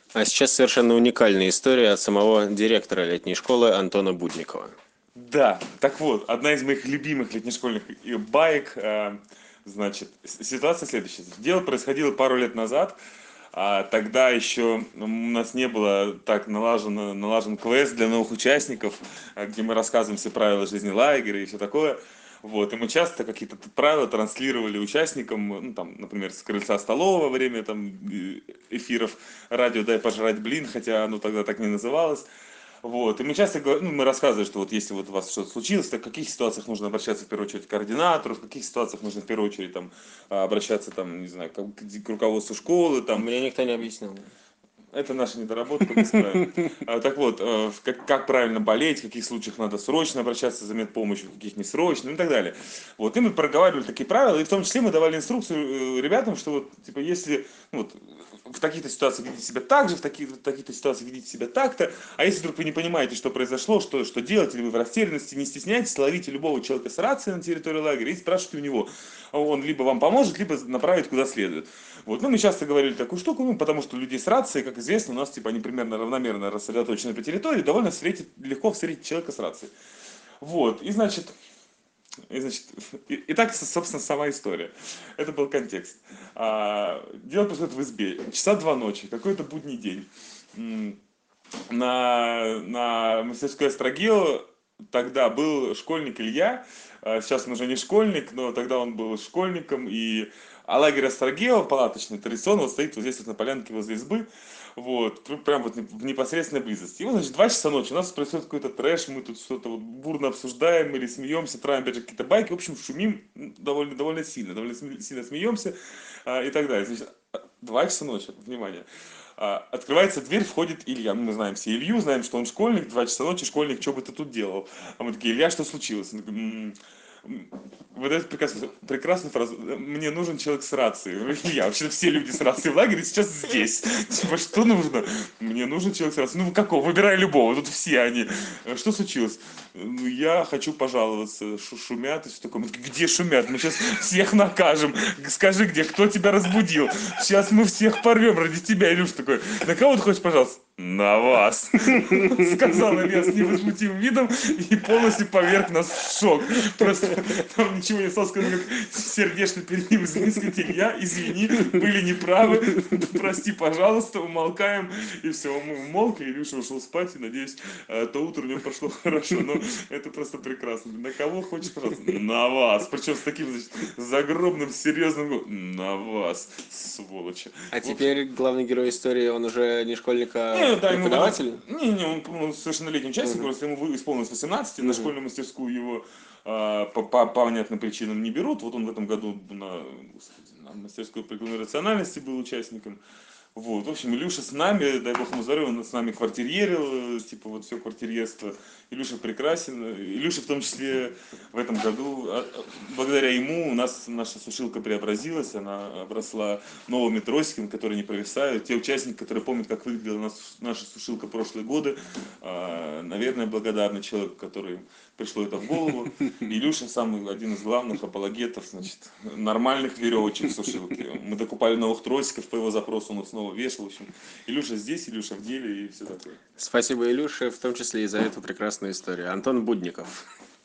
А сейчас совершенно уникальная история от самого директора летней школы Антона Будникова. Да, так вот, одна из моих любимых летнешкольных баек, значит, ситуация следующая. Дело происходило пару лет назад, тогда еще у нас не было так налажен квест для новых участников, где мы рассказываем все правила жизни лагеря и все такое. Вот, и мы часто какие-то правила транслировали участникам, ну, там, например, с крыльца столового во время там, эфиров радио «Дай пожрать блин», хотя оно тогда так не называлось. Вот. И мы часто говорим, ну, мы рассказываем, что вот если вот у вас что-то случилось, то в каких ситуациях нужно обращаться в первую очередь к координатору, в каких ситуациях нужно в первую очередь там, обращаться там, не знаю, к руководству школы, там, Мне никто не объяснил. это наша недоработка, мы исправим. Так вот, как правильно болеть, в каких случаях надо срочно обращаться за медпомощью, в каких не срочно, ну и так далее. Вот, и мы проговаривали такие правила, и в том числе мы давали инструкцию ребятам, что вот, типа, если, ну, вот, в таких-то ситуациях ведите себя так же, в таких-то ситуациях ведите себя так-то, а если вдруг вы не понимаете, что произошло, что делать, или вы в растерянности, не стесняйтесь, ловите любого человека с рацией на территории лагеря и спрашивайте у него. Он либо вам поможет, либо направит куда следует. Вот, ну, мы часто говорили такую штуку, ну, потому что людей с рацией, как известно, у нас, типа, они примерно равномерно рассредоточены по территории, довольно легко встретить человека с рацией. Вот, и так, собственно, сама история. Это был контекст. Дело происходит в избе. Часа 2 ночи, какой-то будний день. На мастерской Астрогео тогда был школьник Илья. Сейчас он уже не школьник, но тогда он был школьником. Лагерь Астрогео, палаточный, традиционно вот стоит вот здесь вот на полянке возле избы. Вот, прям вот в непосредственной близости. И вот, значит, 2 часа ночи, у нас происходит какой-то трэш, мы тут что-то вот бурно обсуждаем или смеемся, травим опять же какие-то байки, в общем, шумим довольно сильно, сильно смеемся и так далее. Значит, 2 часа ночи, внимание. Открывается дверь, входит Илья. Ну, мы знаем все Илью, знаем, что он школьник, 2 часа ночи, школьник, что бы ты тут делал? А мы такие, Илья, что случилось? Он такой, вот это прекрасная фраза. Мне нужен человек с рацией. Я говорю, Илья, вообще все люди с рацией в лагере сейчас здесь. Типа, что нужно? Мне нужен человек с рацией. Ну, какого? Выбирай любого. Тут все они. Что случилось? Ну, я хочу пожаловаться. Шумят и все такое. Мы такие, где шумят? Мы сейчас всех накажем. Скажи, где? Кто тебя разбудил? Сейчас мы всех порвем ради тебя. Илюш такой, на кого ты хочешь пожаловаться? На вас, сказал Илья с невозмутимым видом и полностью поверг нас в шок. Просто там ничего не осталось, кроме как сердечно перед ним извиниться, Илья, извини, были неправы, прости, пожалуйста, умолкаем. И все, мы умолкли, Илюша ушел спать, и надеюсь, то утро у него прошло хорошо, но это просто прекрасно. На кого хочешь, пожалуйста? На вас. Причем с таким, значит, загробным, серьезным, на вас, сволочи. А В общем, теперь главный герой истории, он уже не школьник, а не, да, ему преподаватель? не, он совершеннолетний участник, Мгм. просто ему исполнилось 18, на Мгм. школьную мастерскую его по понятным причинам не берут. Вот он в этом году на мастерской прикладной рациональности был участником. Вот, в общем, Илюша с нами, дай бог ему здоровья, он с нами квартирьерил, типа вот все квартирьерство. Илюша прекрасен. Илюша в том числе в этом году, благодаря ему у нас наша сушилка преобразилась, она обросла новыми тросиками, которые не провисают. Те участники, которые помнят, как выглядела наша сушилка прошлые годы, наверное, благодарны человеку, который пришло это в голову. Илюша самый один из главных апологетов, значит, нормальных веревочек в сушилке. Мы докупали новых тросиков по его запросу, он их снова вешал. В общем, Илюша здесь, Илюша в деле и все такое. Спасибо, Илюше, в том числе и за эту прекрасную историю. Антон Будников.